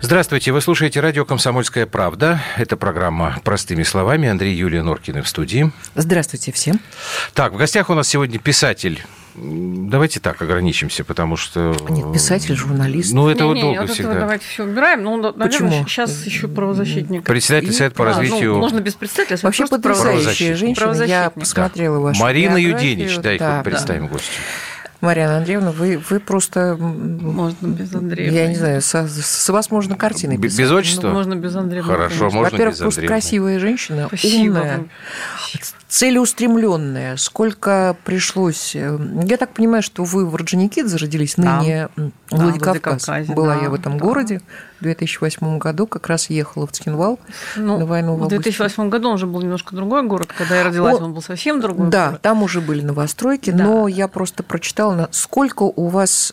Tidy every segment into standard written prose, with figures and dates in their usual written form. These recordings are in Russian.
Здравствуйте, вы слушаете радио «Комсомольская правда». Это программа «Простыми словами». Андрей, Юлия Норкины в студии. Здравствуйте всем. Так, в гостях у нас сегодня писатель. Давайте так ограничимся, потому что... Нет, писатель, журналист. Ну, это вот долго вот всегда. Этого давайте все убираем. Ну, наверное, Почему? сейчас еще правозащитник. Председатель Совета по развитию... можно без председателя. Вообще потрясающая женщина. Я посмотрела вашу Марина биографию. Юденич, дай-ка представим гостю. Марьяна Андреевна, вы просто... Можно без Андрея. Я не знаю, с вас можно картины писать. Без отчества? Ну, можно без Андрея. Хорошо, можно Во-первых, без просто Андрея. красивая женщина, Спасибо. умная, целеустремленная. Сколько пришлось... Я так понимаю, что вы в Орджоникидзе родились, ныне Владикавказ. Была я в этом городе в 2008 году, как раз ехала в Цхинвал на войну в августе. В 2008 году он уже был немножко другой город. Когда я родилась, он был совсем другой город. Да, там уже были новостройки, но я просто прочитала, сколько у вас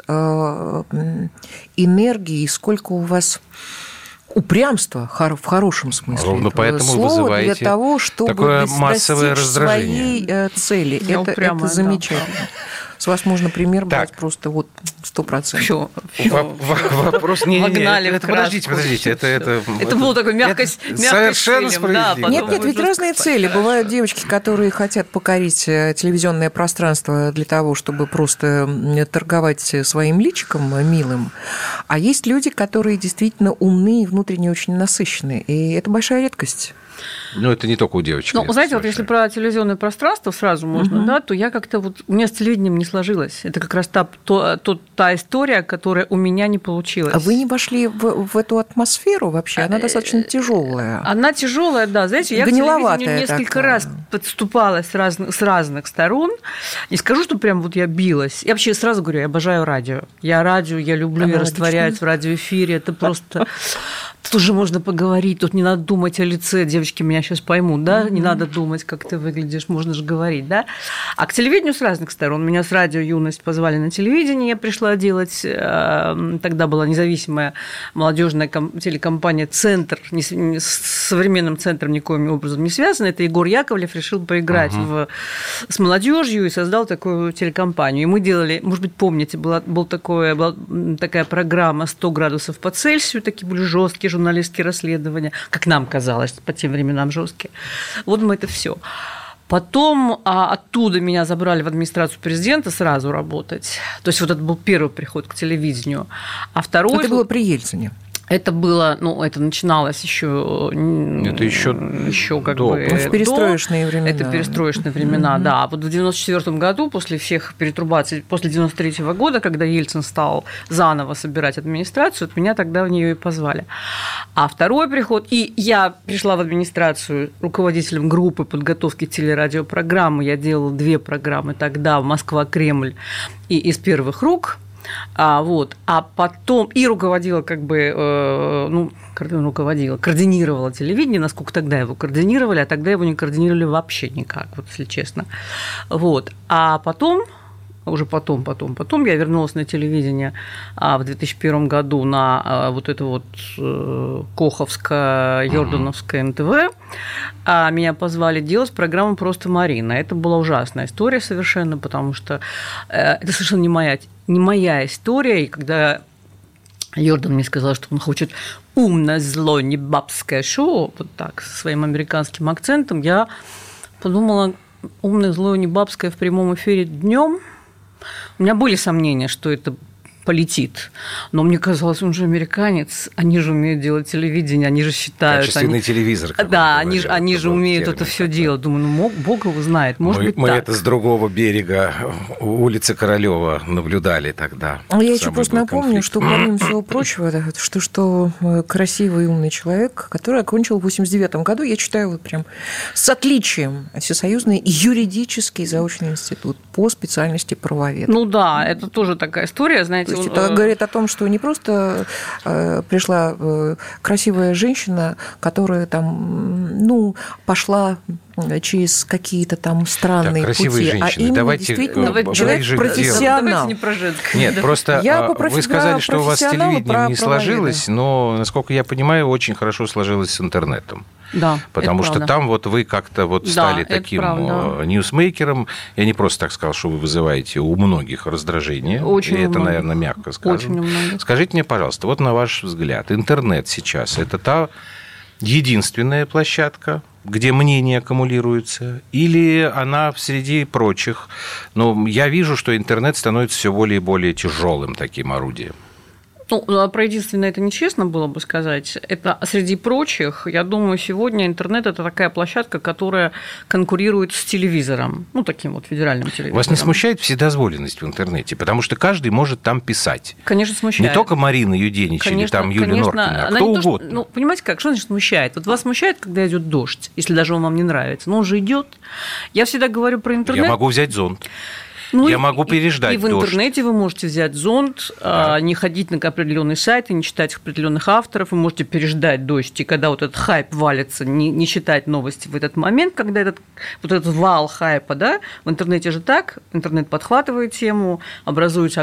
энергии, сколько у вас... упрямство в хорошем смысле. Ровно поэтому слова вызываете для того, чтобы такое массовое достичь раздражение. своей цели. Это замечательно. С вас можно пример брать просто вот 100%. Вопрос не... Подождите. Это было такое мягкость. Совершенно справедливо. Нет, ведь разные цели. Бывают девочки, которые хотят покорить телевизионное пространство для того, чтобы просто торговать своим личиком милым. А есть люди, которые действительно умны и внутренне очень насыщенные. И это большая редкость. Ну, это не только у девочек. Ну, знаете, вот если про телевизионное пространство сразу можно, да, то я как-то вот... У меня с телевидением не сложилось. Это как раз та история, которая у меня не получилась. А вы не вошли в эту атмосферу вообще? Она достаточно тяжелая. Она тяжелая, да. Знаете, я к телевидению несколько раз подступалась с разных сторон. Не скажу, что прям вот я билась. Я вообще сразу говорю, я обожаю радио. Я люблю, я растворяюсь в радиоэфире. Это просто... Тут уже можно поговорить, тут не надо думать о лице, девочки меня сейчас поймут, да, не надо думать, как ты выглядишь, можно же говорить, да. А к телевидению с разных сторон. Меня с радио «Юность» позвали на телевидение, я пришла делать, тогда была независимая молодежная телекомпания «Центр», с современным центром никоим образом не связана, это Егор Яковлев решил поиграть с молодежью и создал такую телекомпанию. И мы делали, может быть, помните, была такая программа «100 градусов по Цельсию», такие были жесткие журналистские расследования, как нам казалось, по тем временам жесткие. Вот мы это все. Потом оттуда меня забрали в администрацию президента сразу работать. То есть вот это был первый приход к телевидению. А второй... Это было при Ельцине. Это было, это начиналось еще как бы в перестроечные времена. Это перестроечные времена, да. Вот в 1994 году, после всех перетрубаций, после 1993 года, когда Ельцин стал заново собирать администрацию, меня тогда в нее и позвали. А второй приход, и я пришла в администрацию руководителем группы подготовки телерадиопрограммы. Я делала 2 программы тогда, «Москва-Кремль» и «Из первых рук». А потом и руководила, координировала телевидение, насколько тогда его координировали, а тогда его не координировали вообще никак, вот если честно. А потом я вернулась на телевидение в 2001 году на вот это вот Коховско-Йордановское НТВ. Меня позвали делать программу «Просто Марина». Это была ужасная история совершенно, потому что это совершенно не моя история. И когда Йордан мне сказал, что он хочет умное, зло, не бабское шоу, вот так, со своим американским акцентом, я подумала, умное, зло, не бабское в прямом эфире днем. У меня были сомнения, что это полетит. Но мне казалось, он же американец, они же умеют делать телевидение, они же считают... Качественный телевизор. Да, они же умеют это все делать. Думаю, Бог его знает, может быть, мы так. это с другого берега улицы Королёва наблюдали тогда. Я еще просто напомню, что, помимо всего прочего, что красивый и умный человек, который окончил в 1989 году, я читаю вот прям с отличием, Всесоюзный юридический заочный институт по специальности правовед. Ну да, это тоже такая история, знаете. То есть это говорит о том, что не просто пришла красивая женщина, которая там, пошла через какие-то там странные пути, женщины. А именно давайте человек-профессионал. Давайте не про женское. Нет, просто вы сказали, что у вас с телевидением не сложилось, но, насколько я понимаю, очень хорошо сложилось с интернетом. Да, потому что там вот вы как-то вот стали таким ньюсмейкером. Я не просто так сказал, что вы вызываете у многих раздражение. Очень и это, наверное, мягко сказано. Очень много. Скажите мне, пожалуйста, вот на ваш взгляд, интернет сейчас – это та единственная площадка, где мнения аккумулируются, или она среди прочих? Но я вижу, что интернет становится все более и более тяжелым таким орудием. Ну, про единственное это нечестно было бы сказать. Это среди прочих, я думаю, сегодня интернет – это такая площадка, которая конкурирует с телевизором, ну, таким вот федеральным телевизором. Вас не смущает вседозволенность в интернете? Потому что каждый может там писать. Конечно, смущает. Не только Марина Юденич или там Юлия Норкина, а кто угодно. Ну, понимаете как, что значит смущает? Вот вас смущает, когда идет дождь, если даже он вам не нравится. Но он же идет. Я всегда говорю про интернет. Я могу взять зонт. Я могу переждать дождь. И в интернете вы можете взять зонт, не ходить на определенные сайты, не читать определенных авторов, вы можете переждать дождь, и когда вот этот хайп валится, не читать новости в этот момент, когда этот вал хайпа, да, в интернете же так, интернет подхватывает тему, образуется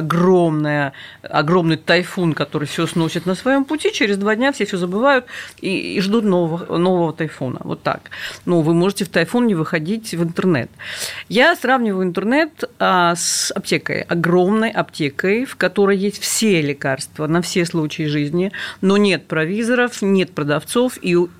огромный тайфун, который все сносит на своем пути, через 2 дня все забывают и ждут нового тайфуна, вот так. Но вы можете в тайфун не выходить в интернет. Я сравниваю интернет с аптекой, огромной аптекой, в которой есть все лекарства на все случаи жизни, но нет провизоров, нет продавцов,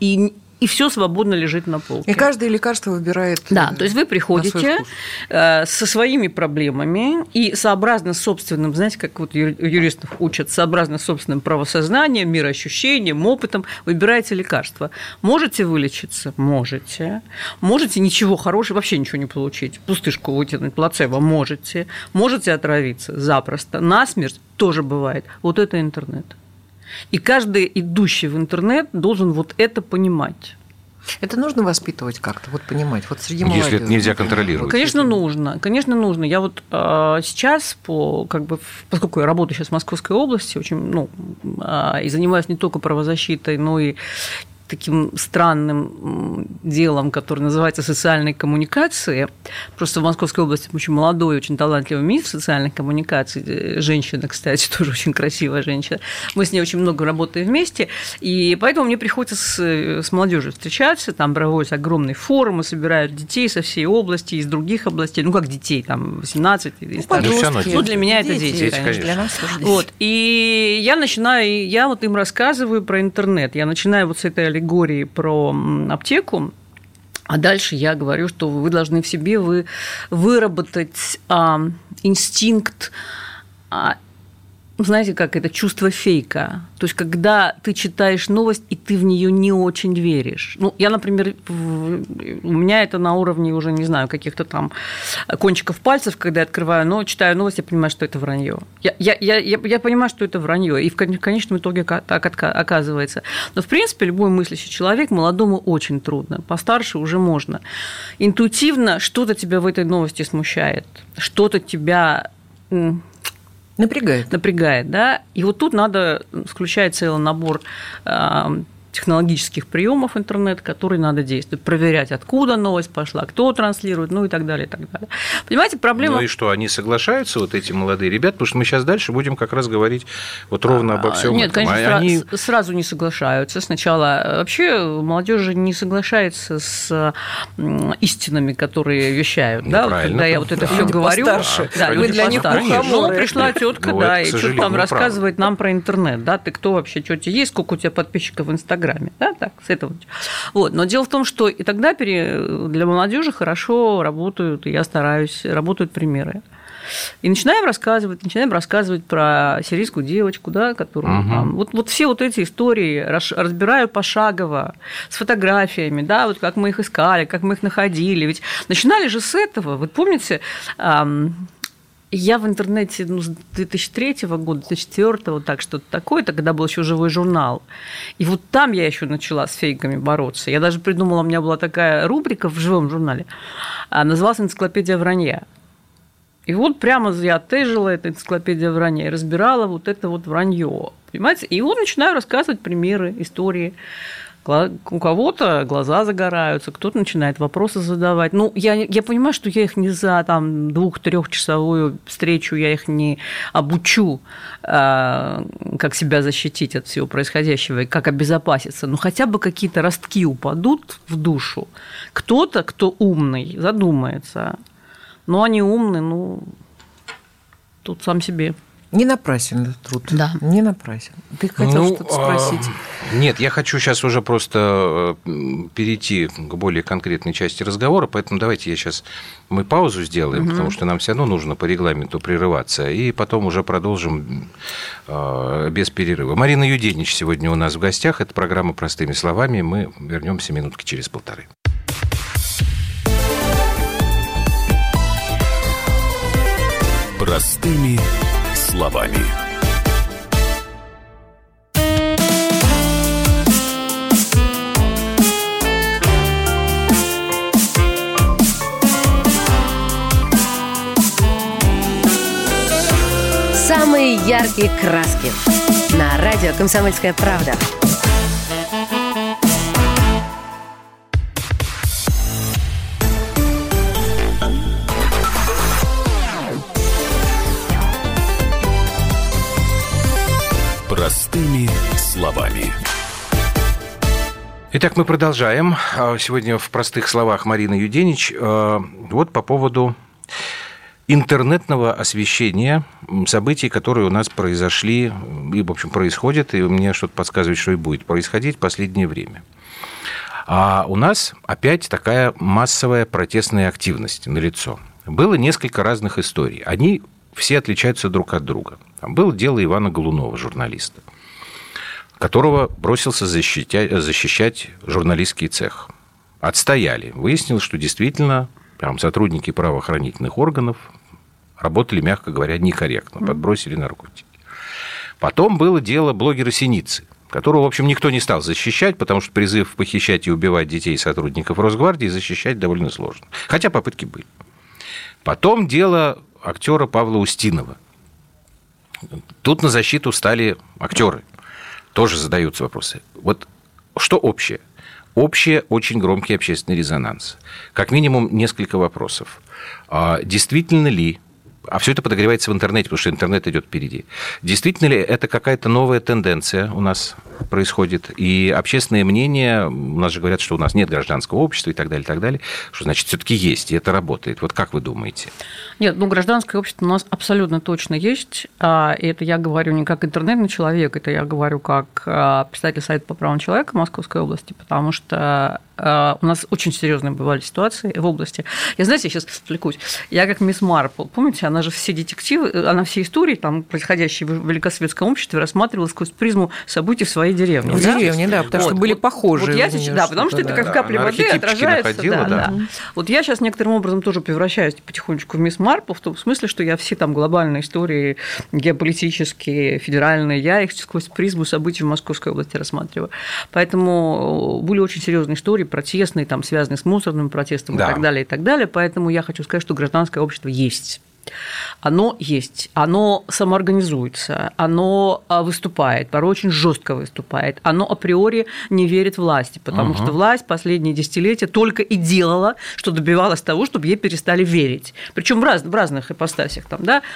и все свободно лежит на полке. И каждое лекарство выбирает. Да, то есть вы приходите со своими проблемами и сообразно собственным, знаете, как вот юристов учат, сообразно собственным правосознанием, мироощущением, опытом выбираете лекарство. Можете вылечиться? Можете. Можете ничего хорошего, вообще ничего не получить, пустышку вытянуть, плацебо? Можете. Можете отравиться? Запросто. Насмерть тоже бывает. Вот это интернет. И каждый идущий в интернет должен вот это понимать. Это нужно воспитывать как-то, вот понимать, вот среди молодежи. Если это нельзя контролировать. Конечно, нужно. Конечно, нужно. Я вот сейчас, поскольку я работаю сейчас в Московской области, очень, и занимаюсь не только правозащитой, но и таким странным делом, которое называется социальной коммуникации. Просто в Московской области очень молодой, очень талантливый министр социальных коммуникаций, женщина, кстати, тоже очень красивая женщина. Мы с ней очень много работаем вместе, и поэтому мне приходится с молодежью встречаться, там проводятся огромные форумы, собирают детей со всей области, из других областей, как детей, там 18, подростки. Для меня это дети, конечно. Для нас тоже дети. Вот. И я вот им рассказываю про интернет, я начинаю вот с этой аллегории про аптеку, а дальше я говорю, что вы должны в себе выработать инстинкт, знаете, как это чувство фейка. То есть, когда ты читаешь новость, и ты в нее не очень веришь. Я, например, у меня это на уровне уже, не знаю, каких-то там кончиков пальцев, когда я открываю, но читаю новость, я понимаю, что это вранье. Я понимаю, что это вранье, и в конечном итоге так оказывается. Но, в принципе, любой мыслящий человек, молодому очень трудно, постарше уже можно. Интуитивно что-то тебя в этой новости смущает, что-то тебя Напрягает, да. И вот тут надо включать целый набор технологических приемов интернет, которые надо действовать, проверять, откуда новость пошла, кто транслирует, и так далее, и так далее. Понимаете, проблема... Ну и что, они соглашаются, вот эти молодые ребята, потому что мы сейчас дальше будем как раз говорить вот ровно обо всем Нет, этом. конечно, они... сразу не соглашаются. Сначала вообще молодежь не соглашается с истинами, которые вещают, да, вот, когда я вот это все говорю. Постарше. Да, вы для них мухоморы. Пришла тетка, да, и что-то там рассказывает нам про интернет, да, ты кто вообще, тетя есть, сколько у тебя подписчиков в Инстаграме. Да, так, с этого. Вот. Но дело в том, что и тогда для молодежи хорошо работают, и я стараюсь, работают примеры. И начинаем рассказывать про сирийскую девочку, да, которую там, вот все вот эти истории разбираю пошагово, с фотографиями, да, вот как мы их искали, как мы их находили. Ведь начинали же с этого. Вы помните, я в интернете с 2003 года, 2004, так что-то такое, тогда был еще живой журнал. И вот там я еще начала с фейками бороться. Я даже придумала, у меня была такая рубрика в живом журнале, называлась «Энциклопедия вранья». И вот прямо я тежила эту энциклопедию вранья и разбирала вот это вот вранье. Понимаете? И вот начинаю рассказывать примеры, истории. У кого-то глаза загораются, кто-то начинает вопросы задавать. Ну, я понимаю, что я их не за 2-3-часовую встречу, я их не обучу, как себя защитить от всего происходящего и как обезопаситься. Но хотя бы какие-то ростки упадут в душу. Кто-то, кто умный, задумается. Ну, они умны, тут сам себе. Не напрасен этот труд. Да. Не напрасен. Ты хотел что-то спросить? Нет, я хочу сейчас уже просто перейти к более конкретной части разговора, поэтому давайте мы паузу сделаем, потому что нам все равно нужно по регламенту прерываться, и потом уже продолжим без перерыва. Марина Юденич сегодня у нас в гостях. Это программа «Простыми словами». Мы вернемся минутки через полторы. Простыми словами. Самые яркие краски на радио «Комсомольская правда». Простыми словами. Итак, мы продолжаем. Сегодня в простых словах Марина Юденич. Вот по поводу интернетного освещения событий, которые у нас произошли и, в общем, происходят, и мне что-то подсказывает, что и будет происходить в последнее время. А у нас опять такая массовая протестная активность налицо. Было несколько разных историй. Они все отличаются друг от друга. Там было дело Ивана Голунова, журналиста, которого бросился защищать журналистский цех. Отстояли. Выяснилось, что действительно там сотрудники правоохранительных органов работали, мягко говоря, некорректно, подбросили наркотики. Потом было дело блогера Синицы, которого, в общем, никто не стал защищать, потому что призыв похищать и убивать детей сотрудников Росгвардии защищать довольно сложно. Хотя попытки были. Потом дело актера Павла Устинова. Тут на защиту стали актеры. Тоже задаются вопросы. Вот что общее? Общее очень громкий общественный резонанс. Как минимум несколько вопросов. Действительно ли, а все это подогревается в интернете, потому что интернет идет впереди, действительно ли это какая-то новая тенденция у нас происходит? И общественное мнение, у нас же говорят, что у нас нет гражданского общества и так далее, что значит все-таки есть, и это работает. Вот как вы думаете? Нет, гражданское общество у нас абсолютно точно есть. И это я говорю не как интернетный человек, это я говорю как представитель Совета по правам человека Московской области, потому что у нас очень серьезные бывали ситуации в области. Я сейчас отвлекусь. Я как мисс Марпл, помните, она же все детективы, она все истории, там, происходящие в великосветском обществе, рассматривала сквозь призму событий в своей деревне. В деревне, да, потому что были похожи. Вот я сейчас, да, потому что это как капли воды отражается. Да. Вот я сейчас некоторым образом тоже превращаюсь потихонечку в мисс Марпл, в том смысле, что я все там глобальные истории геополитические, федеральные, я их сквозь призму событий в Московской области рассматриваю. Поэтому были очень серьезные истории, протестные, там, связанные с мусорным протестом, да, и так далее, и так далее. Поэтому я хочу сказать, что гражданское общество есть. Оно есть, оно самоорганизуется, оно выступает, порой очень жестко выступает, оно априори не верит власти, потому что власть последние десятилетия только и делала, что добивалась того, чтобы ей перестали верить. Причем в разных ипостасях там, да.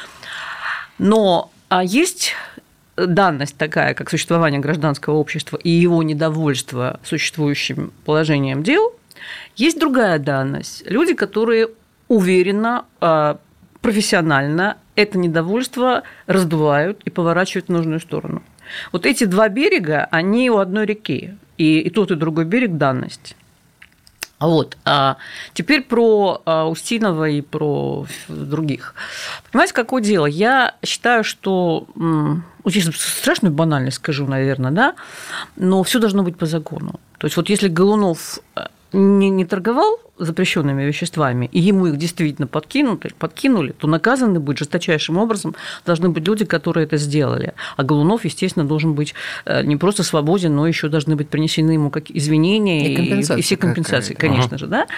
Но есть данность такая, как существование гражданского общества и его недовольство существующим положением дел. Есть другая данность. Люди, которые уверенно, профессионально это недовольство раздувают и поворачивают в нужную сторону. Вот эти два берега, они у одной реки, и тот, и другой берег – данность. Вот. А теперь про Устинова и про других. Понимаете, какое дело? Я считаю, что, очень страшную банальность скажу, наверное, да, но все должно быть по закону. То есть вот если Голунов не торговал запрещенными веществами, и ему их действительно подкинули, то наказаны будет жесточайшим образом должны быть люди, которые это сделали. А Голунов, естественно, должен быть не просто свободен, но еще должны быть принесены ему как извинения и все компенсации, конечно же. Да?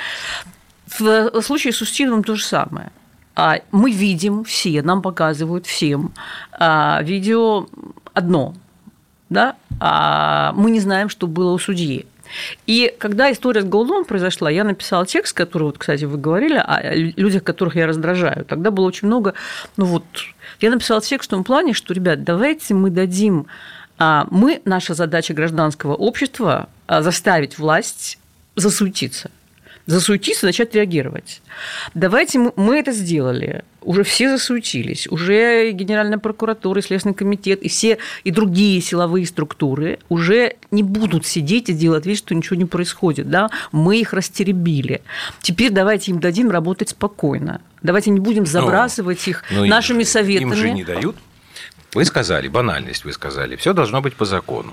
В случае с Устиновым то же самое. Мы видим все, нам показывают всем видео одно, да? Мы не знаем, что было у судьи. И когда история с Голуновым произошла, я написала текст, который, вот, кстати, вы говорили, о людях, которых я раздражаю. Тогда было очень много... Я написала текст в том плане, что, ребят, давайте мы дадим... наша задача гражданского общества заставить власть засуетиться, начать реагировать. Давайте мы это сделали. Уже все засуетились, уже Генеральная прокуратура, и Следственный комитет, и другие силовые структуры уже не будут сидеть и делать вид, что ничего не происходит. Да? Мы их растеребили. Теперь давайте им дадим работать спокойно. Давайте не будем забрасывать их нашими советами. Им же не дают. Вы сказали, банальность вы сказали, все должно быть по закону.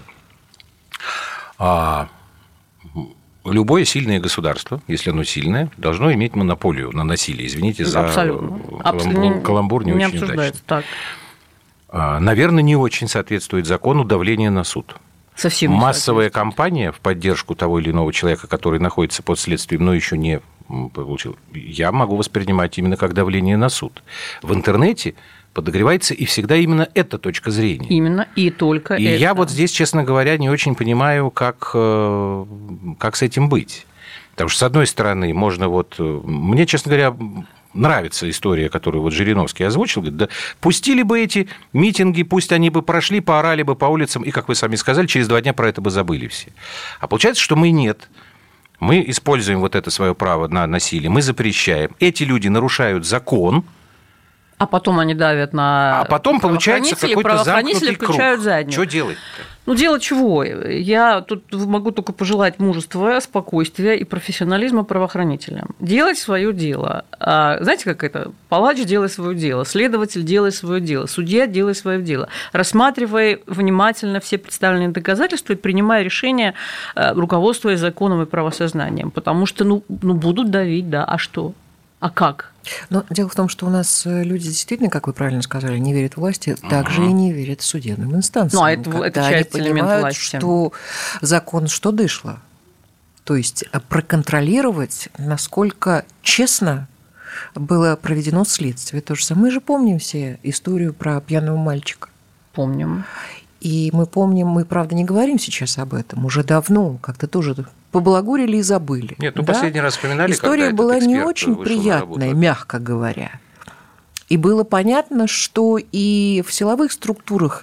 Любое сильное государство, если оно сильное, должно иметь монополию на насилие. Извините за каламбур, не очень удачный. Наверное, не очень соответствует закону давление на суд. Совсем массовая кампания в поддержку того или иного человека, который находится под следствием, но еще не получил, я могу воспринимать именно как давление на суд. В интернете подогревается и всегда именно эта точка зрения. Именно и только и это. Я вот здесь, честно говоря, не очень понимаю, как с этим быть. Потому что, с одной стороны, можно Мне, честно говоря, нравится история, которую вот Жириновский озвучил. Говорит, да пустили бы эти митинги, пусть они бы прошли, поорали бы по улицам, и, как вы сами сказали, через 2 дня про это бы забыли все. А получается, что мы нет. Мы используем вот это свое право на насилие, мы запрещаем. Эти люди нарушают закон. А потом они давят на... А потом получается какой-то замкнутый круг. Заднюю. Что делать-то? Делать чего? Я тут могу только пожелать мужества, спокойствия и профессионализма правоохранителям. Делать свое дело. Знаете, как это? Палач, делай свое дело. Следователь, делай свое дело. Судья, делай свое дело. Рассматривай внимательно все представленные доказательства и принимай решения, руководствуясь законом и правосознанием. Потому что, будут давить, да. А что? А как? Но дело в том, что у нас люди действительно, как вы правильно сказали, не верят власти, также и не верят судебным инстанциям. Это часть элемента власти. Что закон что дышло. То есть проконтролировать, насколько честно было проведено следствие. То же самое. Мы же помним все историю про пьяного мальчика. Помним. И мы помним, мы, правда, не говорим сейчас об этом, уже давно, как-то тоже побалагурили и забыли. Нет, последний раз вспоминали, история была не очень приятная, мягко говоря. И было понятно, что и в силовых структурах,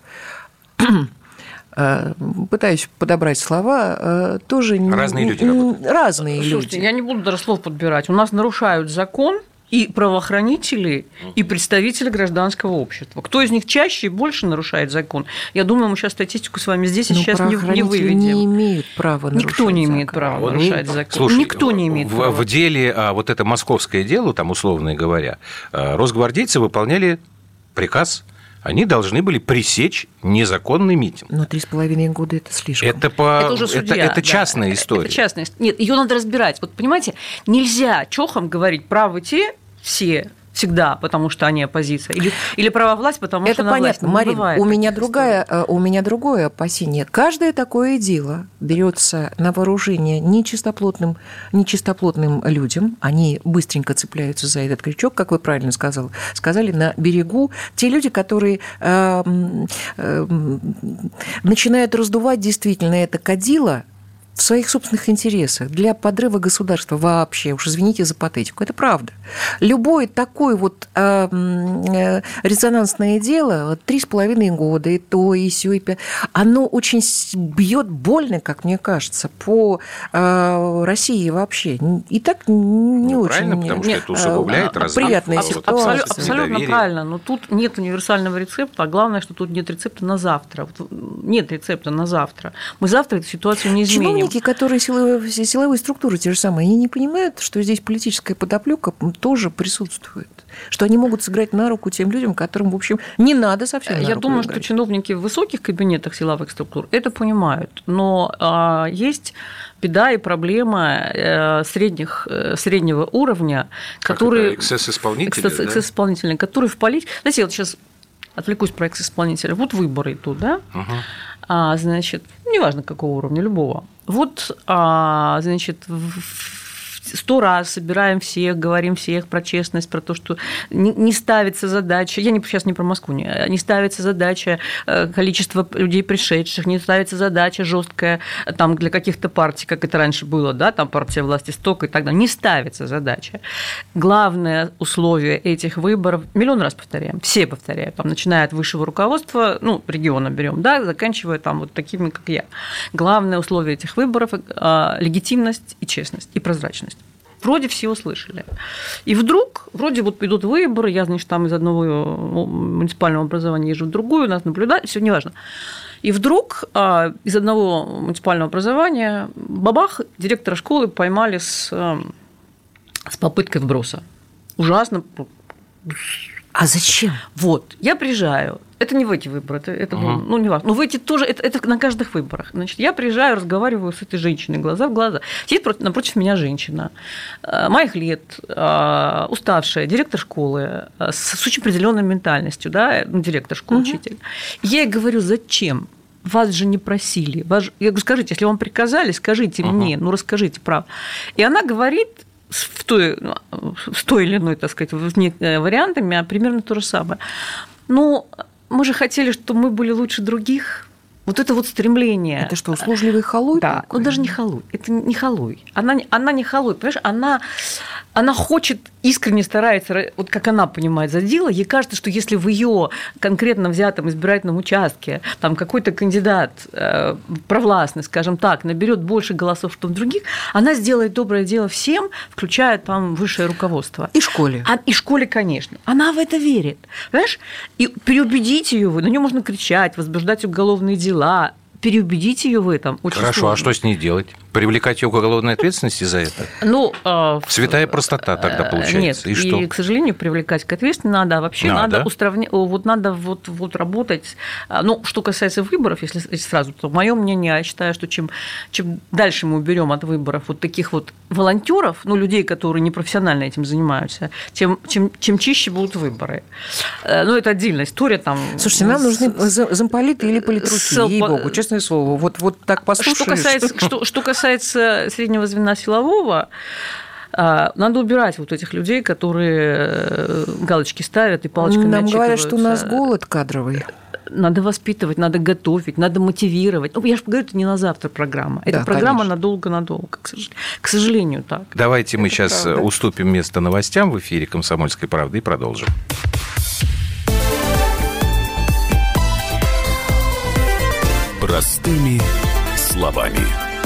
пытаюсь подобрать слова, тоже... Разные люди работают. Разные люди. Слушайте, я не буду даже слов подбирать. У нас нарушают закон и правоохранители, и представители гражданского общества. Кто из них чаще и больше нарушает закон? Я думаю, мы сейчас статистику с вами здесь и сейчас не выведем. Не имеют права нарушать Никто не имеет права нарушать закон. Слушай, никто не имеет права. В деле, вот это московское дело, там, условно говоря, росгвардейцы выполняли приказ. Они должны были пресечь незаконный митинг. Но 3,5 года – это слишком. Это уже судья, это частная история. Это частная. Нет, ее надо разбирать. Вот понимаете, нельзя чохом говорить правы те все всегда, потому что они оппозиция, или правовласть, потому это что она власть. Это понятно, Марин, у меня другое опасение. Каждое такое дело берется на вооружение нечистоплотным людям, они быстренько цепляются за этот крючок, как вы правильно сказали, на берегу. Те люди, которые начинают раздувать действительно это кадило в своих собственных интересах, для подрыва государства вообще, уж извините за патетику, это правда. Любое такое резонансное дело, 3,5 года, и то, и сё, и пять, оно очень бьет больно, как мне кажется, по России вообще. И так не очень... Правильно, потому что это усугубляет приятная ситуация. Абсолютно правильно, но тут нет универсального рецепта, а главное, что тут нет рецепта на завтра. Нет рецепта на завтра. Мы завтра эту ситуацию не изменим. Которые силовые структуры те же самые, они не понимают, что здесь политическая подоплека тоже присутствует, что они могут сыграть на руку тем людям, которым, в общем, не надо совсем на руку. Я думаю, что чиновники в высоких кабинетах силовых структур это понимают, но есть беда и проблема среднего уровня, которые... Эксцесс-исполнители, которые в политике... Знаете, я вот сейчас отвлекусь про экс-исполнителя. Вот выборы идут, да? Значит, неважно какого уровня, любого. Вот, значит, в 100 раз собираем всех, говорим всех про честность, про то, что не ставится задача, я сейчас не про Москву, не ставится задача количества людей пришедших, не ставится задача жесткая там, для каких-то партий, как это раньше было, да, там партия власти столько и так далее, не ставится задача. Главное условие этих выборов, миллион раз повторяем, все повторяют, там, начиная от высшего руководства, ну, региона берем, да, заканчивая там вот такими, как я. Главное условие этих выборов – легитимность и честность, и прозрачность. Вроде все услышали. И вдруг, вроде вот идут выборы, я, значит, там из одного муниципального образования езжу в другую, нас наблюдают, все неважно. И вдруг из одного муниципального образования, бабах, директора школы поймали с попыткой вброса. Ужасно. А зачем? Вот, я приезжаю. Это не в эти выборы, это ну, не важно. Но в эти тоже, это на каждых выборах. Значит, я приезжаю, разговариваю с этой женщиной глаза в глаза. Сидит напротив меня женщина, моих лет, уставшая, директор школы, с очень определенной ментальностью, да, директор школы, учитель. Я ей говорю, зачем? Вас же не просили. Я говорю, скажите, если вам приказали, скажите мне, ну, расскажите правду. И она говорит, с той или иной, так сказать, вариантами, а примерно то же самое. Ну, мы же хотели, чтобы мы были лучше других. Вот это вот стремление. Это что, услужливый халуй? Да, такой? Ну даже не халуй. Это не халуй. Она не халуй, понимаешь? Она хочет, искренне старается, вот как она понимает за дело, ей кажется, что если в ее конкретно взятом избирательном участке там какой-то кандидат провластный, скажем так, наберет больше голосов, чем других, она сделает доброе дело всем, включая там высшее руководство. И школе. И школе, конечно. Она в это верит. Понимаешь? И переубедить ее, на нее можно кричать, возбуждать уголовные дела, переубедить ее в этом очень Хорошо, сложно. А что с ней делать? Привлекать ее к уголовной ответственности за это? Ну, святая простота тогда получается. Нет, и что? к сожалению, привлекать к ответственности надо, а вообще надо работать. Ну, что касается выборов, если сразу, то мое мнение, я считаю, что чем дальше мы уберем от выборов вот таких вот волонтеров, ну, людей, которые непрофессионально этим занимаются, тем чище будут выборы. Ну, это отдельная история там. Слушайте, нам нужны замполиты или политруки, ей-богу, честное слово. Вот так послушаешь. Что касается среднего звена силового, надо убирать вот этих людей, которые галочки ставят и палочками Нам отчитываются. говорят, что у нас голод кадровый. Надо воспитывать, надо готовить, надо мотивировать. Ну, я же говорю, это не на завтра программа. Да, это программа конечно. надолго-надолго. К сожалению, так. Давайте мы сейчас правда. уступим место новостям в эфире «Комсомольской правды» и продолжим. Простыми словами.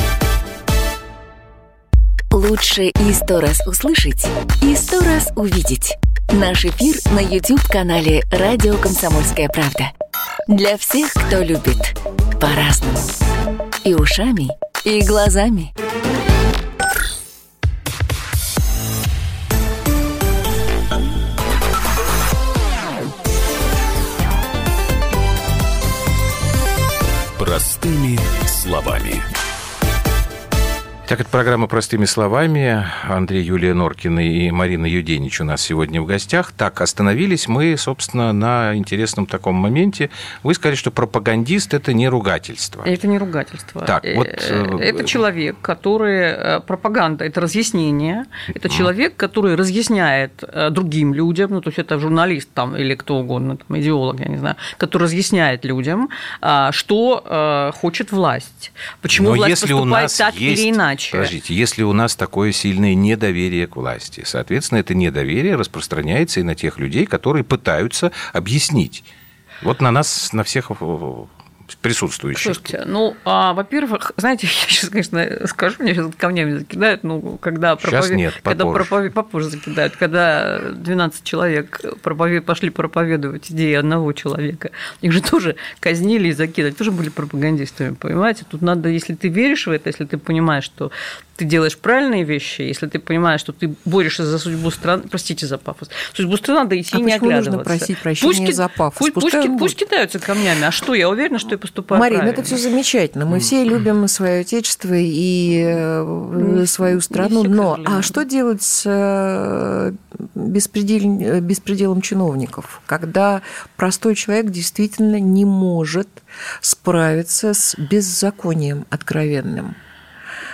Лучше и 100 раз услышать, и 100 раз увидеть. Наш эфир на YouTube-канале «Радио Комсомольская правда». Для всех, кто любит по-разному. И ушами, и глазами. Простыми словами. Так, это программа «Простыми словами». Андрей, Юлия Норкина и Марина Юденич у нас сегодня в гостях. Так, остановились мы, собственно, на интересном таком моменте. Вы сказали, что пропагандист – это не ругательство. Это не ругательство. Так, вот... Это человек, который... Пропаганда – это разъяснение. Это человек, который разъясняет другим людям, ну, то есть это журналист там, или кто угодно, там, идеолог, я не знаю, который разъясняет людям, что хочет власть. Почему власть поступает так или иначе. Подождите, если у нас такое сильное недоверие к власти, соответственно, это недоверие распространяется и на тех людей, которые пытаются объяснить. Вот на нас, на всех присутствующих. Слушайте, ну, во-первых, знаете, я сейчас, конечно, скажу, меня сейчас камнями закидают, ну, когда попозже закидают, когда 12 человек пошли проповедовать идеи одного человека, их же тоже казнили и закидывали, тоже были пропагандистами, понимаете? Тут надо, если ты веришь в это, если ты понимаешь, что ты делаешь правильные вещи, если ты понимаешь, что ты борешься за судьбу страны, простите за пафос, судьбу страны надо идти и не оглядываться. Нужно просить прощения за пафос? Пусть кидаются камнями, а что, я уверена, что я поступаю Марина, правильно. это все замечательно, мы все любим свое отечество и свою страну, но что делать с беспределом чиновников, когда простой человек действительно не может справиться с беззаконием откровенным?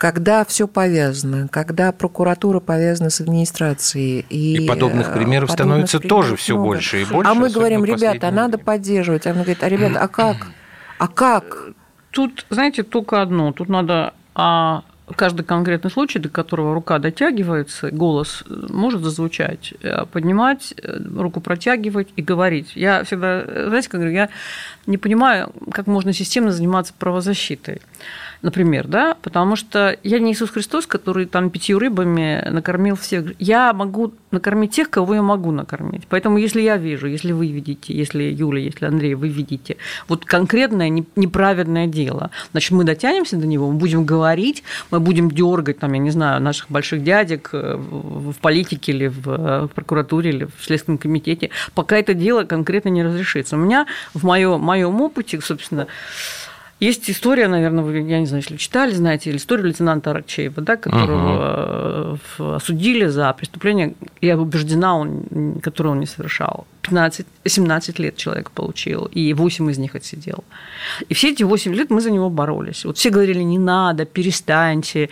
когда все повязано, когда прокуратура повязана с администрацией. И подобных примеров становится тоже все больше и больше. А мы говорим, ребята, надо поддерживать. А мы говорим, ребята, а как? А как? Тут, знаете, только одно. Тут надо каждый конкретный случай, до которого рука дотягивается, голос может зазвучать, поднимать, руку протягивать и говорить. Я всегда, знаете, как говорю, я не понимаю, как можно системно заниматься правозащитой. Например, да, потому что я не Иисус Христос, который там 5 рыбами накормил всех. Я могу накормить тех, кого я могу накормить. Поэтому если я вижу, если вы видите, если Юля, если Андрей, вы видите вот конкретное неправильное дело, значит, мы дотянемся до него, мы будем говорить, мы будем дергать, там, я не знаю, наших больших дядек в политике или в прокуратуре или в Следственном комитете, пока это дело конкретно не разрешится. У меня в моем опыте, собственно, есть история, наверное, вы, я не знаю, если читали, знаете, или историю лейтенанта Аракчеева, да, которого осудили за преступление, я убеждена, которое он не совершал. 17 лет человек получил, и 8 из них отсидел. И все эти 8 лет мы за него боролись. Вот все говорили, не надо, перестаньте,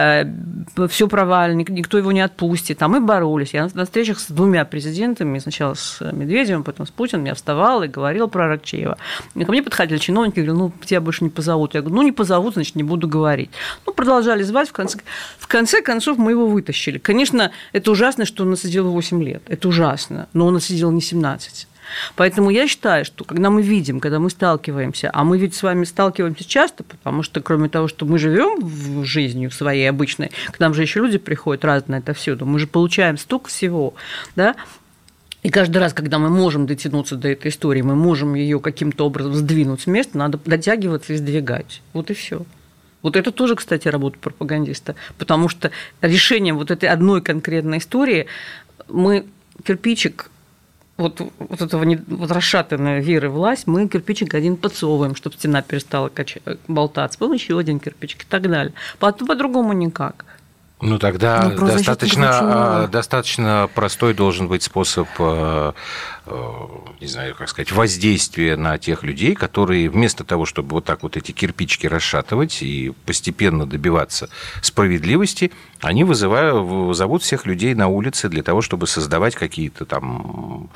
все провально, никто его не отпустит. А мы боролись. Я на встречах с 2 президентами, сначала с Медведевым, потом с Путиным, я вставала и говорила про Аракчеева. И ко мне подходили чиновники и говорили, ну, тебя больше не позовут. Я говорю, ну, не позовут, значит, не буду говорить. Ну, продолжали звать, в конце концов мы его вытащили. Конечно, это ужасно, что он отсидел 8 лет. Это ужасно, но он отсидел не 17. Поэтому я считаю, что когда мы видим, когда мы сталкиваемся, а мы ведь с вами сталкиваемся часто, потому что кроме того, что мы живем жизнью своей обычной, к нам же еще люди приходят разные отовсюду, мы же получаем столько всего, да, и каждый раз, когда мы можем дотянуться до этой истории, мы можем ее каким-то образом сдвинуть с места, надо дотягиваться и сдвигать. Вот и все. Вот это тоже, кстати, работа пропагандиста, потому что решением вот этой одной конкретной истории мы кирпичик вот этого вот расшатанной веры в власть, мы кирпичик один подсовываем, чтобы стена перестала болтаться, потом еще один кирпичик и так далее. По-другому никак. Ну, тогда достаточно простой должен быть способ, не знаю, как сказать, воздействия на тех людей, которые вместо того, чтобы вот так вот эти кирпичики расшатывать и постепенно добиваться справедливости, они зовут всех людей на улице для того, чтобы создавать какие-то там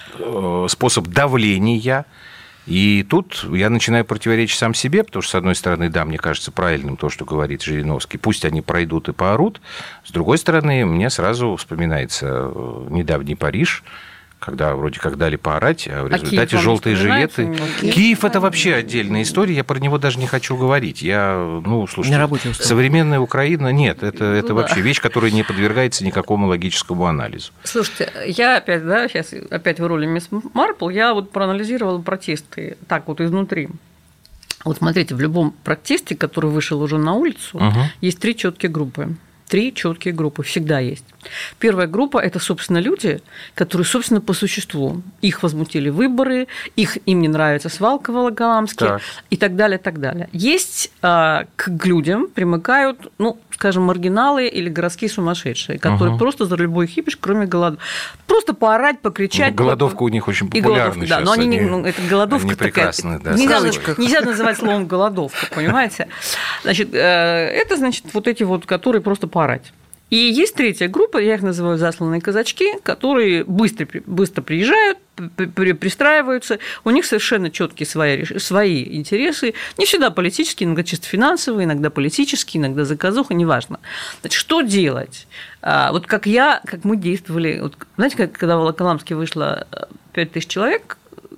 способ давления. И тут я начинаю противоречить сам себе, потому что, с одной стороны, да, мне кажется правильным то, что говорит Жириновский, пусть они пройдут и поорут. С другой стороны, мне сразу вспоминается недавний Париж, когда вроде как дали поорать, а в результате желтые жилеты. Киев – это вообще отдельная история, я про него даже не хочу говорить. Слушайте, современная Украина – нет, это вообще вещь, которая не подвергается никакому логическому анализу. Слушайте, я опять, сейчас опять в роли мисс Марпл, я вот проанализировала протесты так вот изнутри. Вот смотрите, в любом протесте, который вышел уже на улицу, есть 3 четкие группы. 3 четкие группы всегда есть. Первая группа – это, собственно, люди, которые, собственно, по существу. Их возмутили выборы, им не нравится свалка в Волоколамске и так далее, так далее. Есть к людям примыкают, скажем, маргиналы или городские сумасшедшие, которые просто за любой хипиш, кроме голодовки. Просто поорать, покричать. Голодовка у них очень популярна сейчас. Да, но это голодовка они прекрасны, такая. Нельзя называть словом голодовка, понимаете? Значит, это, вот эти вот, которые просто поорать. И есть 3-я группа, я их называю засланные казачки, которые быстро приезжают, пристраиваются, у них совершенно четкие свои интересы, не всегда политические, иногда чисто финансовые, иногда политические, иногда заказуха, неважно. Значит, что делать? Вот как мы действовали, вот, знаете, когда в Волоколамске вышло 5000 человек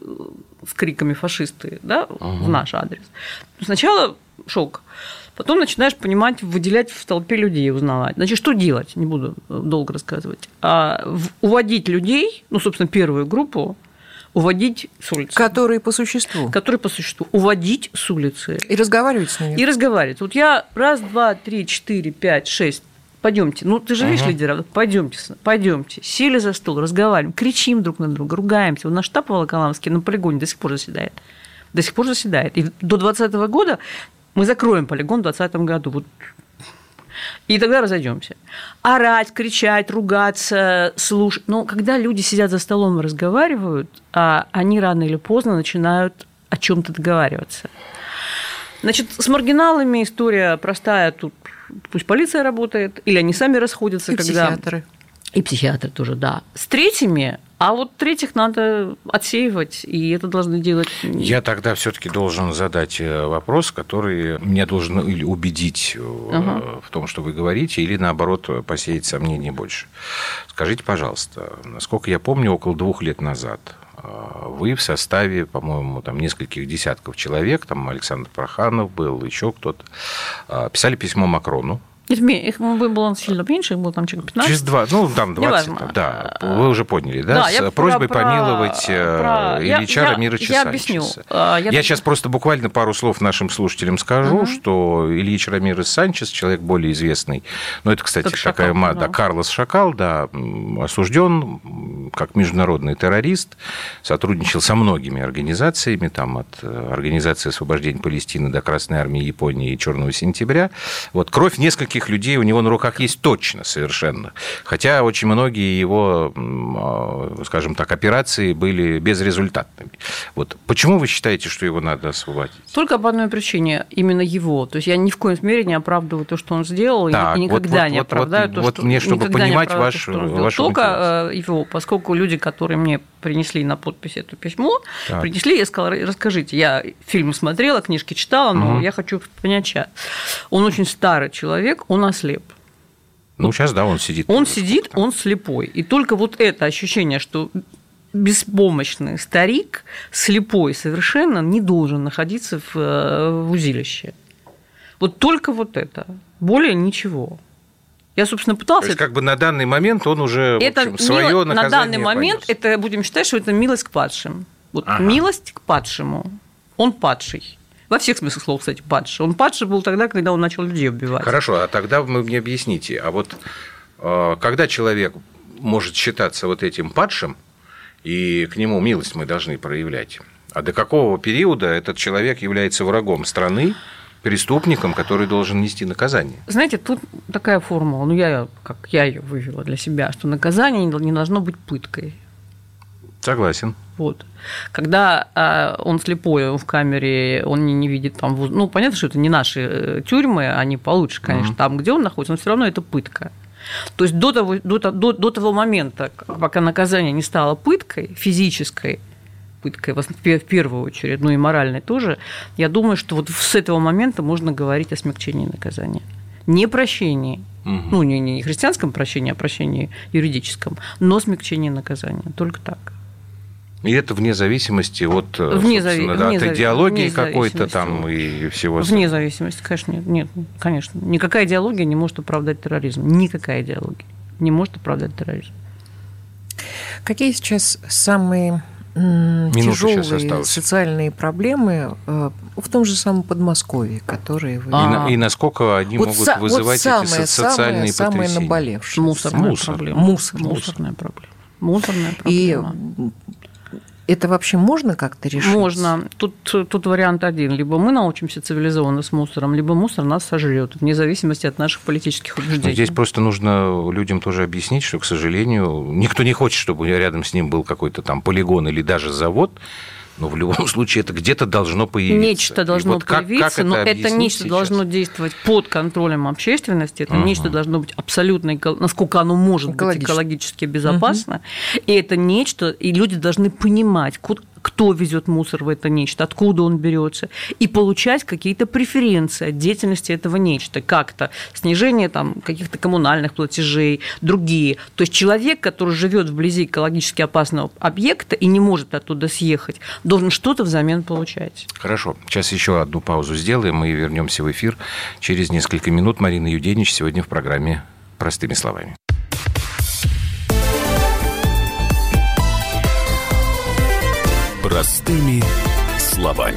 с криками «фашисты», да, в наш адрес, сначала шок. Потом начинаешь понимать, выделять в толпе людей, узнавать. Значит, что делать? Не буду долго рассказывать. Уводить людей, собственно, первую группу, уводить с улицы. Которые по существу. Уводить с улицы. И разговаривать с ними. И разговаривать. Вот я 1, 2, 3, 4, 5, 6. Пойдемте. Ты же видишь лидеров. Пойдемте. Сели за стол, разговариваем, кричим друг на друга, ругаемся. У нас штаб в Волоколамске на полигоне до сих пор заседает. И до 2020 года мы закроем полигон в 2020 году. И тогда разойдемся. Орать, кричать, ругаться, слушать. Но когда люди сидят за столом и разговаривают, они рано или поздно начинают о чем-то договариваться. Значит, с маргиналами история простая. Тут пусть полиция работает, или они сами расходятся. И психиатры. И психиатры тоже, да. С третьими, а вот третьих надо отсеивать, и это должны делать... Я тогда все-таки должен задать вопрос, который меня должен или убедить в том, что вы говорите, или, наоборот, посеять сомнения больше. Скажите, пожалуйста, насколько я помню, около 2 лет назад вы в составе, по-моему, там нескольких десятков человек, там Александр Проханов был, еще кто-то, писали письмо Макрону. Их было сильно меньше, их было там человек 15. Через 2, ну, там 20, да, вы уже поняли, да? С просьбой помиловать Ильича Рамировича Санчеса. Я сейчас просто буквально пару слов нашим слушателям скажу, что Ильич Рамирес Санчес, человек более известный, ну, это, кстати, такая мада, Карлос Шакал, да, осужден как международный террорист, сотрудничал со многими организациями, там, от Организации освобождения Палестины до Красной армии Японии и Черного сентября. Вот кровь нескольких людей у него на руках есть точно совершенно. Хотя очень многие его, скажем так, операции были безрезультатными. Вот почему вы считаете, что его надо освободить? Только по одной причине, именно его. То есть я ни в коем мере не оправдываю то, что он сделал, так, и никогда не оправдаю то, что... мне, чтобы понимать вашу только его, поскольку люди, которые мне принесли на подпись это письмо, принесли, я сказала, расскажите, я фильмы смотрела, книжки читала, но я хочу понять сейчас. Он очень старый человек, он ослеп. Ну, сейчас, да, он сидит. Он сидит, он слепой. И только вот это ощущение, что беспомощный старик, слепой совершенно, не должен находиться в узилище. Вот только вот это. Более ничего. Я, собственно, пыталась... То есть, как бы на данный момент он уже, в общем, свое наказание на данный момент понес. это, будем считать, что это милость к падшим. Вот милость к падшему. Он падший. Во всех смыслах слова, кстати, падший. Он падший был тогда, когда он начал людей убивать. Хорошо, а тогда вы мне объясните, а вот когда человек может считаться вот этим падшим, и к нему милость мы должны проявлять, а до какого периода этот человек является врагом страны, преступником, который должен нести наказание? Знаете, тут такая формула, как я ее вывела для себя, что наказание не должно быть пыткой. Согласен. Вот. Когда он слепой, он в камере, он не видит там... Ну, понятно, что это не наши тюрьмы, они получше, конечно. Там, где он находится, но все равно это пытка. То есть до того момента, пока наказание не стало пыткой, физической пыткой, в первую очередь, ну и моральной тоже, я думаю, что вот с этого момента можно говорить о смягчении наказания. Не прощении, ну, не христианском прощении, а прощении юридическом, но смягчении наказания. Только так. И это вне зависимости от, от идеологии какой-то там и всего остального. Вне зависимости, конечно, нет, конечно. Никакая идеология не может оправдать терроризм. Никакая идеология не может оправдать терроризм. Какие сейчас самые тяжелые социальные проблемы в том же самом Подмосковье, которые вы... И насколько они могут вызывать эти социальные потрясения? Самое наболевшее. Мусорная проблема. И это вообще можно как-то решить? Можно. Тут вариант один. Либо мы научимся цивилизованно с мусором, либо мусор нас сожрет, вне зависимости от наших политических убеждений. Здесь просто нужно людям тоже объяснить, что, к сожалению, никто не хочет, чтобы рядом с ним был какой-то там полигон или даже завод, но в любом случае это где-то должно появиться. Нечто должно появиться, но это нечто должно действовать под контролем общественности, это нечто должно быть абсолютно, насколько оно может быть экологически безопасно, и это нечто, и люди должны понимать, кто везет мусор в это нечто, откуда он берется, и получать какие-то преференции от деятельности этого нечто, как-то снижение там, каких-то коммунальных платежей, другие. То есть человек, который живет вблизи экологически опасного объекта и не может оттуда съехать, должен что-то взамен получать. Хорошо. Сейчас еще одну паузу сделаем и вернемся в эфир через несколько минут. Марина Юденич сегодня в программе «Простыми словами». Простыми словами.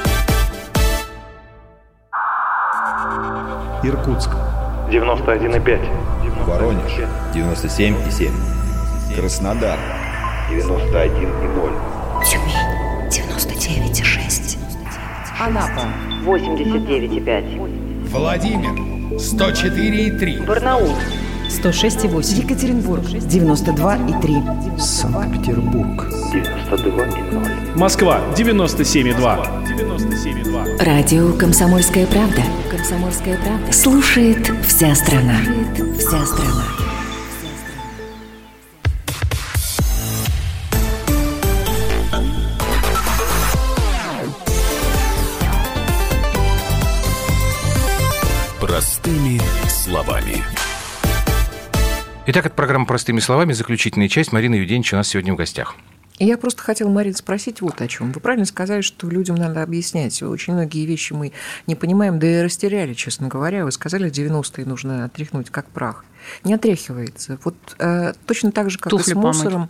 Иркутск 91,5. Воронеж 97,7. Краснодар 91,0. Тюмень 99,6. Анапа 89,5. Владимир 104,3. Барнаул 106,8. Екатеринбург, 92,3. Санкт-Петербург, 92,0. Москва, 97,2. Радио «Комсомольская правда». «Комсомольская правда». Слушает вся страна. Вся страна. Простыми словами. Итак, это программа «Простыми словами». Заключительная часть. Марина Юденич у нас сегодня в гостях. Я просто хотела, Марина, спросить вот о чем. Вы правильно сказали, что людям надо объяснять. Очень многие вещи мы не понимаем, да и растеряли, честно говоря. Вы сказали, 90-е нужно отряхнуть как прах. Не отряхивается. Вот точно так же, как туфли и с мусором.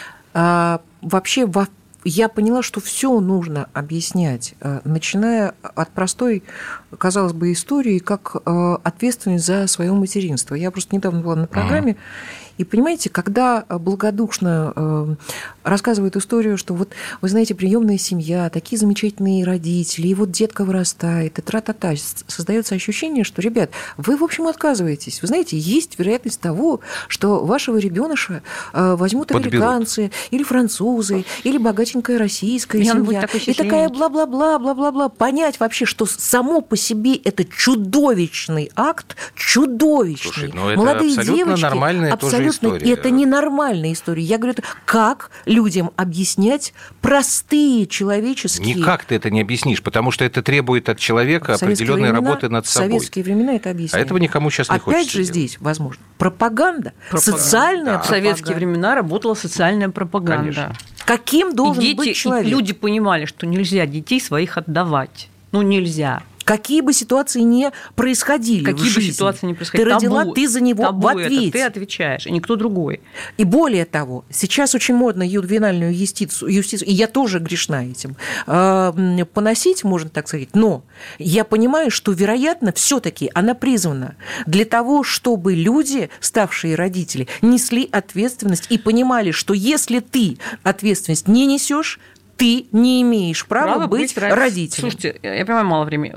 Вообще, я поняла, что все нужно объяснять, начиная от простой, казалось бы, истории, как ответственность за свое материнство. Я просто недавно была на программе, и, понимаете, когда благодушно рассказывают историю, что вот, вы знаете, приемная семья, такие замечательные родители, и вот детка вырастает, и тра-та-та, создается ощущение, что, ребят, вы, в общем, отказываетесь. Вы знаете, есть вероятность того, что вашего ребеныша возьмут американцы, или французы, или богатенькая российская семья, и такая бла-бла-бла, бла-бла-бла. Понять вообще, что само по себе это чудовищный акт, чудовищный. Слушай, ну это молодые абсолютно девочки, нормальная тоже история. Это ненормальная история. Я говорю, как людям объяснять простые человеческие... Никак ты это не объяснишь, потому что это требует от человека определенной работы над собой. В советские времена это объясняли. А этого никому сейчас не хочется. Опять же здесь, возможно, пропаганда. Социальная пропаганда. В советские времена работала социальная пропаганда. Конечно. Каким должен быть человек? И люди понимали, что нельзя детей своих отдавать. Ну, нельзя. Какие бы ситуации ни происходили Какие в жизни, бы ситуации ни происходили. Ты родила, ты за него в ответе. Это ты отвечаешь, и никто другой. И более того, сейчас очень модно ювенальную юстицию, и я тоже грешна этим, поносить, можно так сказать, но я понимаю, что, вероятно, все-таки она призвана для того, чтобы люди, ставшие родители, несли ответственность и понимали, что если ты ответственность не несешь, ты не имеешь права быть родителем. Слушайте, я понимаю, мало времени.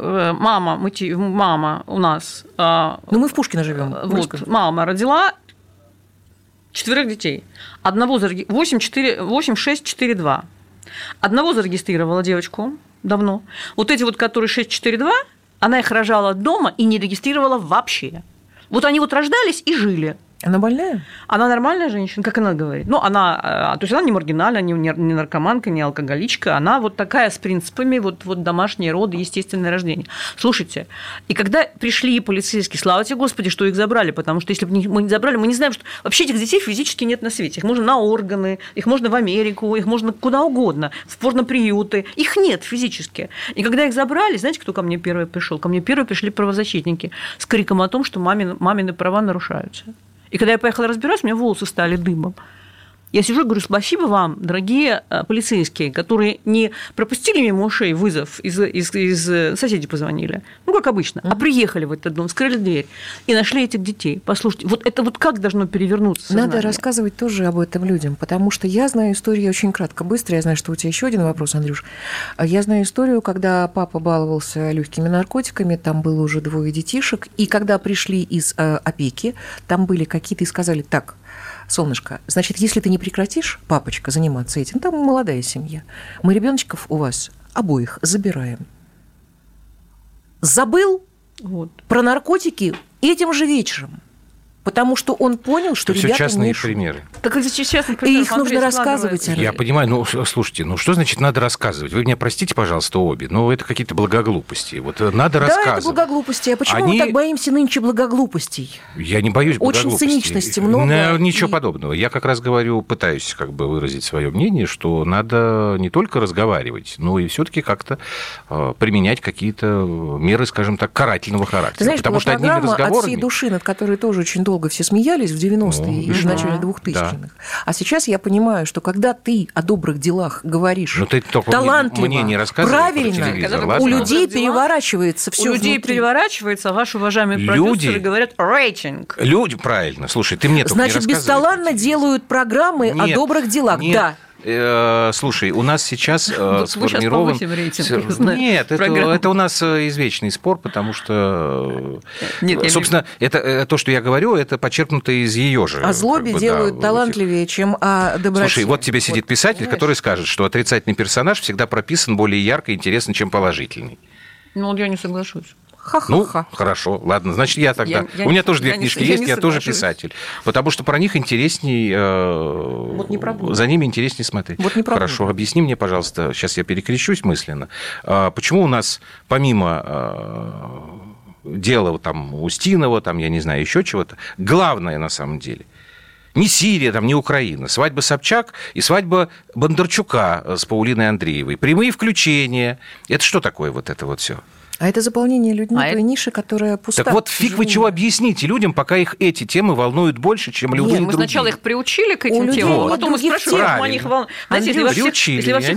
Мама у нас... Ну, мы в Пушкино живем. Вот, мама родила 4 детей. Одного 8, 6, 4, 2. Одного зарегистрировала девочку давно. Вот эти вот, которые 6, 4, 2, она их рожала дома и не регистрировала вообще. Вот они вот рождались и жили. Она больная? Она нормальная женщина, как она говорит. Ну, то есть она не маргинальная, не наркоманка, не алкоголичка. Она вот такая с принципами вот домашние роды, естественное рождение. Слушайте, и когда пришли полицейские, слава тебе, Господи, что их забрали, потому что если бы мы не забрали, мы не знаем, что вообще этих детей физически нет на свете. Их можно на органы, их можно в Америку, их можно куда угодно, в порноприюты. Их нет физически. И когда их забрали, знаете, кто ко мне первый пришел? Ко мне первые пришли правозащитники с криком о том, что мамины права нарушаются. И когда я поехала разбираться, у меня волосы стали дымом. Я сижу и говорю, спасибо вам, дорогие полицейские, которые не пропустили мимо ушей вызов, из соседей позвонили, ну, как обычно, а приехали в этот дом, скрыли дверь и нашли этих детей. Послушайте, вот это вот как должно перевернуться сознание? Надо рассказывать тоже об этом людям, потому что я знаю историю очень кратко, быстро. Я знаю, что у тебя еще один вопрос, Андрюш. Я знаю историю, когда папа баловался легкими наркотиками, там было уже 2 детишек, и когда пришли из опеки, там были какие-то и сказали, так, солнышко, значит, если ты не прекратишь, папочка, заниматься этим, там молодая семья, мы ребеночков у вас обоих забираем. Забыл про наркотики этим же вечером. Потому что он понял, что ребята частные не примеры. Так это честный пример. И их нужно рассказывать. Я понимаю, ну, слушайте, ну, что значит надо рассказывать? Вы меня простите, пожалуйста, обе, но это какие-то благоглупости. Вот надо рассказывать. Да, это благоглупости. А почему мы так боимся нынче благоглупостей? Я не боюсь благоглупостей. Очень циничности много. Ничего подобного. Я как раз говорю, пытаюсь как бы выразить свое мнение, что надо не только разговаривать, но и все-таки как-то применять какие-то меры, скажем так, карательного характера. Ты знаешь, потому что одними разговорами... «От всей души», над которой тоже очень долго все смеялись в 90-е и в начале 2000-х. Да. А сейчас я понимаю, что когда ты о добрых делах говоришь талантливо, мне не правильно, у людей переворачивается все. У людей переворачивается, а ваши уважаемые продюсеры говорят рейтинг. Люди, правильно. Слушай, ты мне только не рассказывай. Значит, бесталанно делают программы о добрых делах. Да. Слушай, у нас сейчас сформирован... Нет, это у нас извечный спор, потому что, собственно, это то, что я говорю, это подчеркнуто из ее же. О злобе делают талантливее, чем о доброте. Слушай, вот тебе сидит писатель, который скажет, что отрицательный персонаж всегда прописан более ярко и интересно, чем положительный. Ну, я не соглашусь. Ну, хорошо, ладно, значит, я тогда... У меня тоже 2 книжки есть, я тоже писатель. Потому что про них интересней... За ними интереснее смотреть. Хорошо, объясни мне, пожалуйста, сейчас я перекрещусь мысленно. Почему у нас помимо дела там Устинова, там, я не знаю, еще чего-то, главное на самом деле... Не Сирия, там, не Украина. Свадьба Собчак и свадьба Бондарчука с Паулиной Андреевой. Прямые включения. Это что такое вот это вот все? А это заполнение людьми той ниши, которая пуста. Так вот, фиг вы чего объясните людям, пока их эти темы волнуют больше, чем любые другие. Мы сначала их приучили к этим темам, а потом мы спрашиваем, почему они их волнуют. Если во всех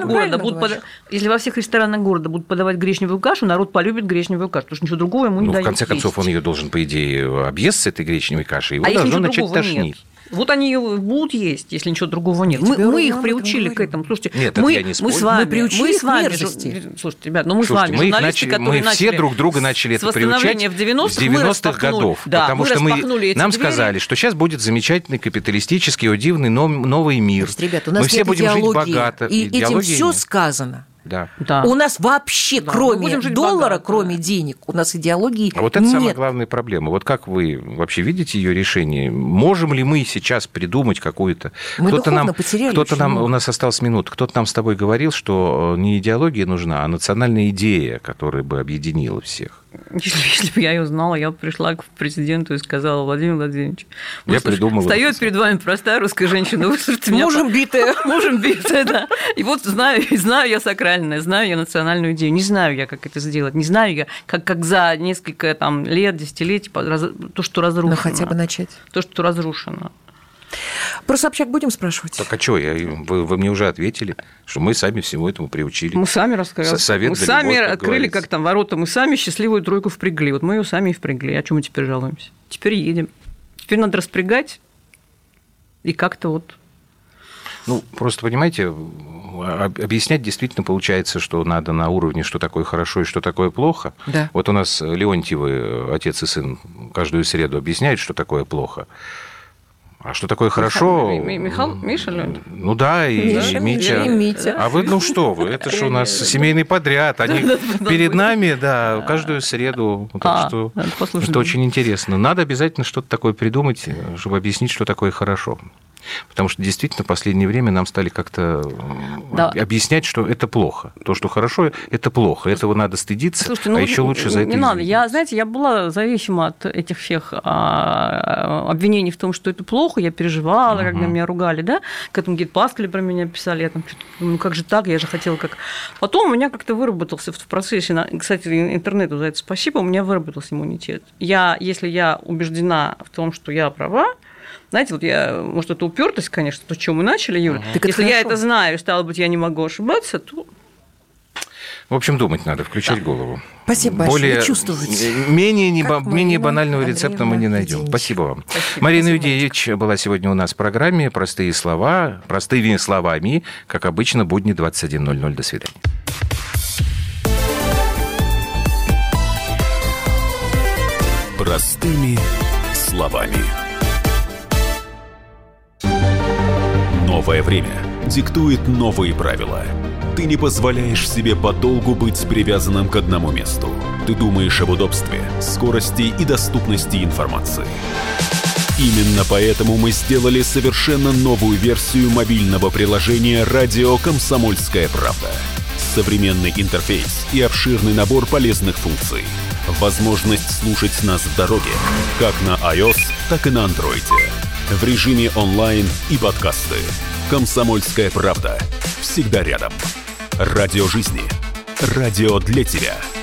ресторанах города будут подавать гречневую кашу, народ полюбит гречневую кашу, потому что ничего другого ему не дают. В конце концов, он ее должен, по идее, объесть с этой гречневой кашей, его должно начать тошнить. Вот они ее будут есть, если ничего другого нет. Мы их приучили к этому. Слушайте, нет, я не спорю. Мы приучили к мерзости. Слушайте, ребят, мы с вами, журналисты, которые мы все друг друга начали это приучать в 90-х годов. Да, потому что нам сказали, что сейчас будет замечательный капиталистический, дивный новый мир. Ребята, у нас все будем жить богато. И этим все сказано. Да. У нас вообще, кроме доллара, кроме денег, у нас идеологии нет. А вот это самая главная проблема. Вот как вы вообще видите ее решение? Можем ли мы сейчас придумать какую-то... Мы духовно потеряли. У нас осталась минута. Кто-то нам с тобой говорил, что не идеология нужна, а национальная идея, которая бы объединила всех. Если бы я ее знала, я бы пришла к президенту и сказала: Владимир Владимирович, я придумала. Встает перед вами простая русская женщина, выслушайте меня. Мужем битая. Мужем битая, да. И вот знаю я сакральное, знаю я национальную идею. Не знаю я, как это сделать. Не знаю я, как за несколько лет, десятилетий то, что разрушено. Но хотя бы начать. То, что разрушено. Про Собчак будем спрашивать? Так а что, вы мне уже ответили, что мы сами всему этому приучили. Мы сами рассказали. Мы сами открыли, как там, ворота, мы сами счастливую тройку впрягли. Вот мы ее сами и впрягли. О чем мы теперь жалуемся? Теперь едем. Теперь надо распрягать и как-то вот... Ну, просто, понимаете, объяснять действительно получается, что надо на уровне, что такое хорошо и что такое плохо. Да. Вот у нас Леонтьевы, отец и сын, каждую среду объясняют, что такое плохо. А что такое хорошо? Миша Леонтьев? Ну да, и Митя. А вы, что вы, это же у нас семейный подряд. Они перед нами, да, каждую среду. Так что это очень интересно. Надо обязательно что-то такое придумать, чтобы объяснить, что такое хорошо. Потому что действительно в последнее время нам стали как-то объяснять, что это плохо. То, что хорошо, это плохо. Этого надо стыдиться, а еще лучше за это не надо. Я была зависима от этих всех обвинений в том, что это плохо. Я переживала, когда меня ругали, да? К этому Гид Паскаль про меня писали. Я там что-то, как же так? Я же хотела как... Потом у меня как-то выработался в процессе, кстати, интернету за это спасибо, у меня выработался иммунитет. Если я убеждена в том, что я права, знаете, вот может, это упертость, конечно, то, с чего мы начали, Юля. Если я это знаю, стало быть, я не могу ошибаться, то... В общем, думать надо, включать голову. Спасибо большое. Чувствовать. Менее банального рецепта мы не найдем. Спасибо вам. Марина Юдевич была сегодня у нас в программе «Простые слова». Простыми словами, как обычно, будни 21:00. До свидания. Простыми словами. Новое время диктует новые правила. Ты не позволяешь себе подолгу быть привязанным к одному месту. Ты думаешь об удобстве, скорости и доступности информации. Именно поэтому мы сделали совершенно новую версию мобильного приложения «Радио Комсомольская правда». Современный интерфейс и обширный набор полезных функций. Возможность слушать нас в дороге, как на iOS, так и на Android. В режиме онлайн и подкасты. «Комсомольская правда». Всегда рядом. Радио жизни. Радио для тебя.